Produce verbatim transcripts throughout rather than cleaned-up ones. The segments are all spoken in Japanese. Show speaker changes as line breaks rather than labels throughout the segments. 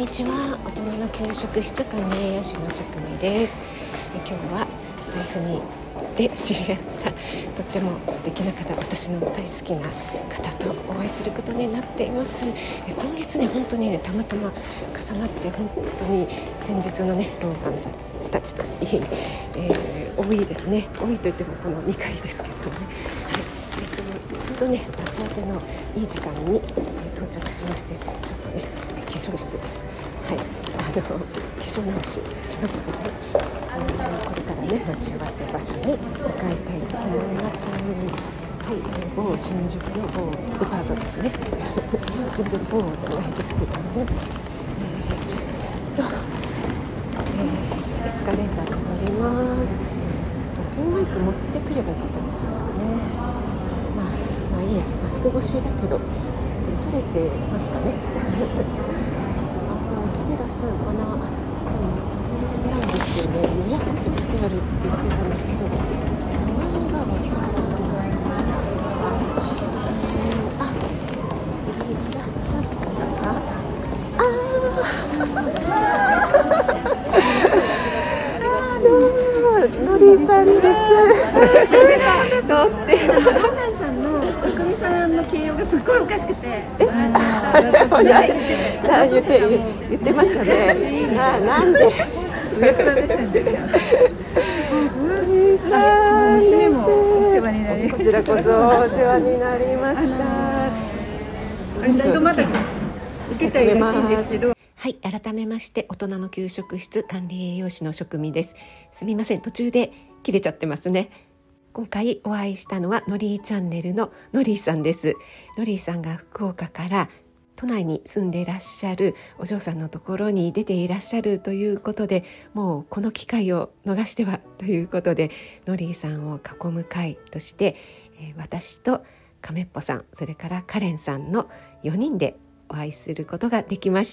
にちは。大人の給食室管理栄養士の職務です。え今日はスタイフにで知り合ったとっても素敵な方、私の大好きな方とお会いすることになっています。え今月ね本当にねたまたま重なって本当に先日のねローファンさんたちといい、えー、多いですね。多いといってもこのにかいですけどね、はいえー、とちょうどね待ち合わせのいい時間に、えー、到着しまして、ちょっとね化粧室はいあの化粧直ししましてね、あのこれからね待ち合わせ場所に向かいたいと思います。はい、えー、某新宿の某デパートですね全然某じゃないですけどね、えー、ちょっと、えー、エスカレーターに乗ります。ピンマイク持ってくればよかったですかね。まあ、まあいいや、マスク越しだけど、えー、取れてますかね来てらっしゃるかな。でもこれなんですよね、予約取ってあるって言ってたんですけど、名前がわからない。あ、いらっしゃったか。ああどうものりさんですとって
カナンさんの職味さんの形容がすっごいおかしくて、
えあ言って言ってましたね。あなんで
上から目線で娘もお世話になり、
こちらこそお世話になりました。
ちゃんとまだ受けたいらしいんですけど、
はい、改めまして大人の給食室管理栄養士の職味です。すみません、途中で切れちゃってますね。今回お会いしたのはのりーチャンネルののりーさんです。のりーさんが福岡から都内に住んでいらっしゃるお嬢さんのところに出ていらっしゃるということで、もうこの機会を逃してはということで、のりーさんを囲む会として、えー、私と亀っぽさん、それからカレンさんのよにんでお会いすることができました。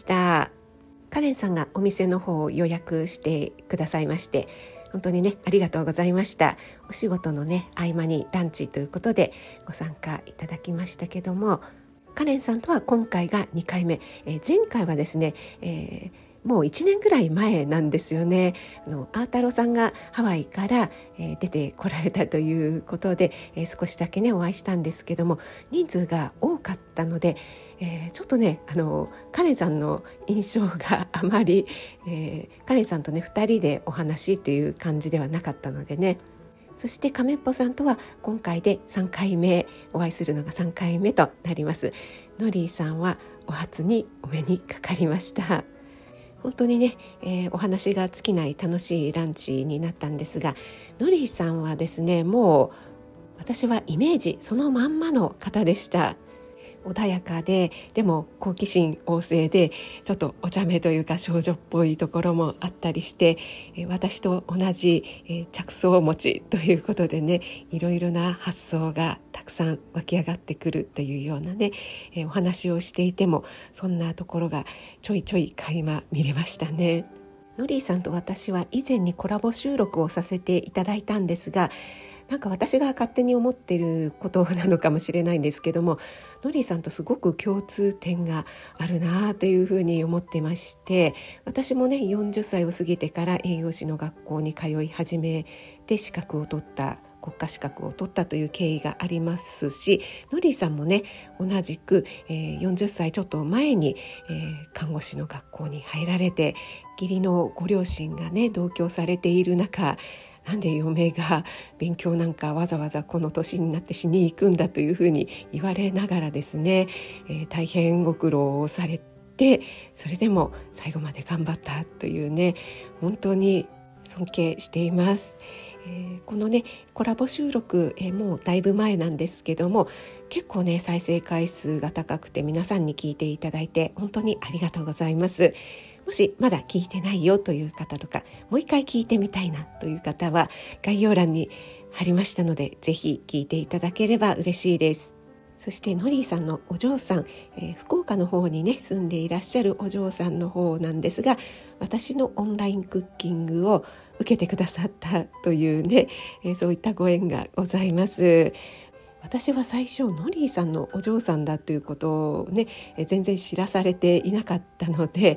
カレンさんがお店の方を予約してくださいまして、本当にねありがとうございました。お仕事のね合間にランチということでご参加いただきましたけども、カレンさんとは今回がにかいめ、えー、前回はですね、えーもういちねんぐらい前なんですよね。あのアータロさんがハワイから、えー、出てこられたということで、えー、少しだけねお会いしたんですけども、人数が多かったので、えー、ちょっとねあのカレンさんの印象があまり、えー、カレンさんとねふたりでお話という感じではなかったのでね。そして亀っぽさんとは今回でさんかいめ、お会いするのがさんかいめとなります。のりーさんはお初にお目にかかりました。本当にね、えー、お話が尽きない楽しいランチになったんですが、のりーさんはですね、もう私はイメージそのまんまの方でした。穏やかで、でも好奇心旺盛で、ちょっとお茶目というか少女っぽいところもあったりして、私と同じ着想持ちということでね、いろいろな発想がたくさん湧き上がってくるというようなね、お話をしていてもそんなところがちょいちょい垣間見れましたね。のりーさんと私は以前にコラボ収録をさせていただいたんですが、なんか私が勝手に思っていることなのかもしれないんですけども、のりーさんとすごく共通点があるなというふうに思ってまして、私もねよんじゅっさいを過ぎてから栄養士の学校に通い始めて資格を取った、国家資格を取ったという経緯がありますし、のりーさんもね同じく、えー、よんじゅっさいちょっと前に、えー、看護師の学校に入られて、義理のご両親がね同居されている中、なんで嫁が勉強なんかわざわざこの年になってしに行くんだというふうに言われながらですね、えー、大変ご苦労をされて、それでも最後まで頑張ったというね、本当に尊敬しています。えー、このねコラボ収録、えー、もうだいぶ前なんですけども、結構ね再生回数が高くて皆さんに聞いていただいて本当にありがとうございます。もしまだ聞いてないよという方とか、もう一回聞いてみたいなという方は概要欄に貼りましたので、ぜひ聞いていただければ嬉しいです。そしてのりーさんのお嬢さん、えー、福岡の方にね住んでいらっしゃるお嬢さんの方なんですが、私のオンラインクッキングを受けてくださったというね、えー、そういったご縁がございます。私は最初のりーさんのお嬢さんだということをね、えー、全然知らされていなかったので、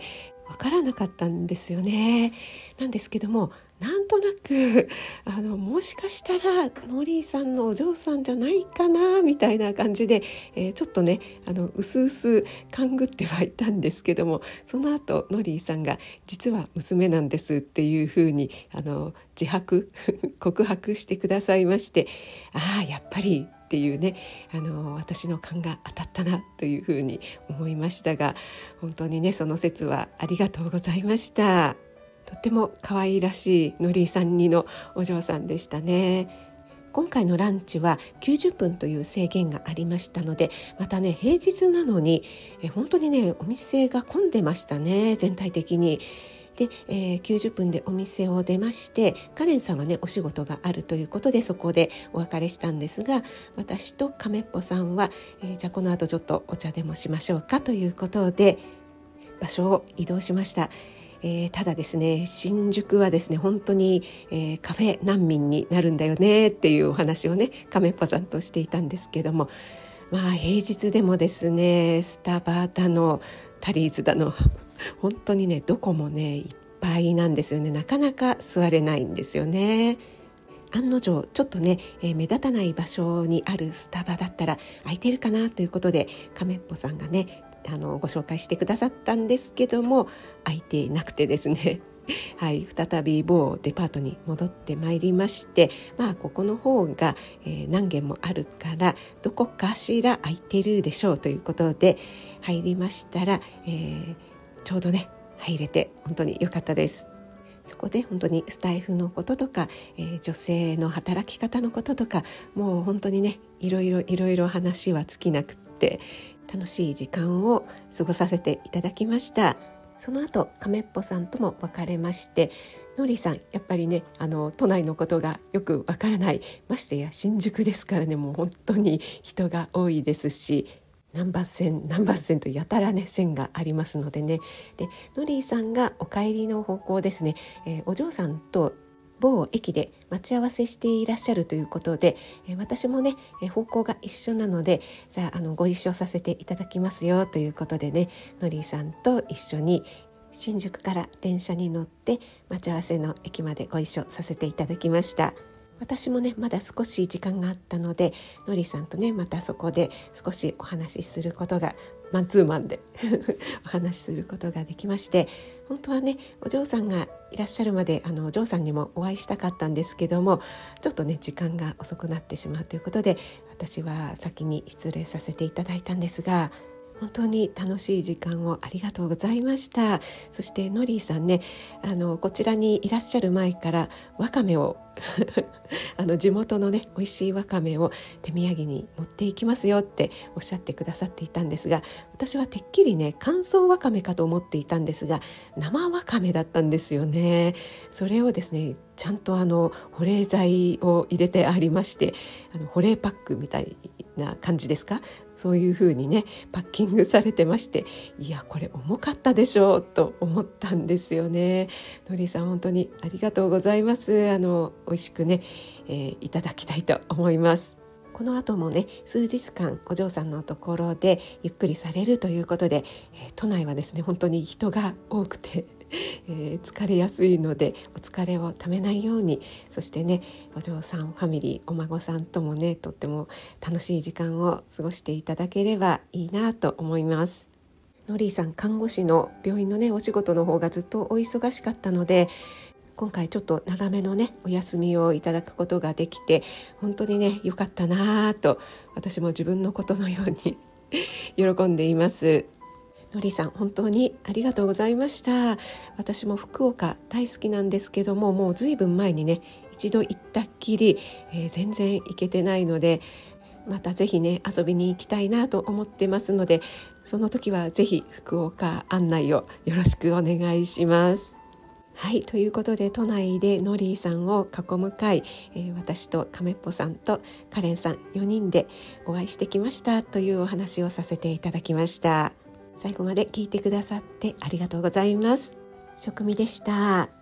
わからなかったんですよね。なんですけども、なんとなくあのもしかしたらノリーさんのお嬢さんじゃないかなみたいな感じで、えー、ちょっとねあのうすうす勘ぐってはいたんですけども、その後ノリーさんが実は娘なんですっていうふうにあの自白告白してくださいまして、ああやっぱりっていうね、あの私の勘が当たったなというふうに思いましたが、本当にねその説はありがとうございました。とっても可愛らしいのりさんにのお嬢さんでしたね。今回のランチはきゅうじゅっぷんという制限がありましたので、またね平日なのにえ本当にねお店が混んでましたね、全体的に。で、えー、きゅうじゅっぷんでお店を出まして、カレンさんはねお仕事があるということでそこでお別れしたんですが、私とカメッポさんは、えー、じゃあこの後ちょっとお茶でもしましょうかということで場所を移動しました。えー、ただですね、新宿はですね本当に、えー、カフェ難民になるんだよねっていうお話をねカメッポさんとしていたんですけども、まあ平日でもですねスタバだのタリーズだの本当にねどこもねいっぱいなんですよね。なかなか座れないんですよね。案の定ちょっとね、えー、目立たない場所にあるスタバだったら空いてるかなということでカメッポさんがねあのご紹介してくださったんですけども、空いていなくてですねはい、再び某デパートに戻ってまいりまして、まあここの方が、えー、何軒もあるからどこかしら空いてるでしょうということで入りましたら、えー、ちょうどね入れて本当に良かったです。そこで本当にスタイフのこととか、えー、女性の働き方のこととか、もう本当にねいろいろいろいろ話は尽きなくって楽しい時間を過ごさせていただきました。その後カメッポさんとも別れまして、のりさんやっぱりねあの都内のことがよくわからない、ましてや新宿ですからね、もう本当に人が多いですし、何番線何番線とやたらね線がありますのでね。でのりさんがお帰りの方向ですね、えー、お嬢さんと某駅で待ち合わせしていらっしゃるということで、えー、私もね、えー、方向が一緒なので、じゃあ、あのご一緒させていただきますよということでね、のりさんと一緒に新宿から電車に乗って待ち合わせの駅までご一緒させていただきました。私もねまだ少し時間があったので、のりさんとねまたそこで少しお話しすることがマンツーマンでお話しすることができまして、本当はねお嬢さんがいらっしゃるまであのお嬢さんにもお会いしたかったんですけども、ちょっとね時間が遅くなってしまうということで私は先に失礼させていただいたんですが、本当に楽しい時間をありがとうございました。そしてのりーさんね、あのこちらにいらっしゃる前からわかめをあの地元のね美味しいわかめを手土産に持っていきますよっておっしゃってくださっていたんですが、私はてっきりね乾燥わかめかと思っていたんですが、生わかめだったんですよね。それをですねちゃんとあの保冷剤を入れてありまして、あの保冷パックみたいな感じですか、そういう風にねパッキングされてまして、いやこれ重かったでしょうと思ったんですよね。のりさん本当にありがとうございます。あの美味しくね、えー、いただきたいと思います。この後もね数日間お嬢さんのところでゆっくりされるということで、えー、都内はですね本当に人が多くてえー、疲れやすいのでお疲れをためないように、そしてねお嬢さんファミリーお孫さんともねとっても楽しい時間を過ごしていただければいいなと思います。のりーさん看護師の病院のねお仕事の方がずっとお忙しかったので、今回ちょっと長めのねお休みをいただくことができて本当にね良かったなと私も自分のことのように喜んでいます。のりさん本当にありがとうございました。私も福岡大好きなんですけども、もうずいぶん前にね一度行ったっきり、えー、全然行けてないので、またぜひね遊びに行きたいなと思ってますので、その時はぜひ福岡案内をよろしくお願いします。はい、ということで都内でのりーさんを囲む会、えー、私とカメッポさんとカレンさんよにんでお会いしてきましたというお話をさせていただきました。最後まで聞いてくださってありがとうございます。食味でした。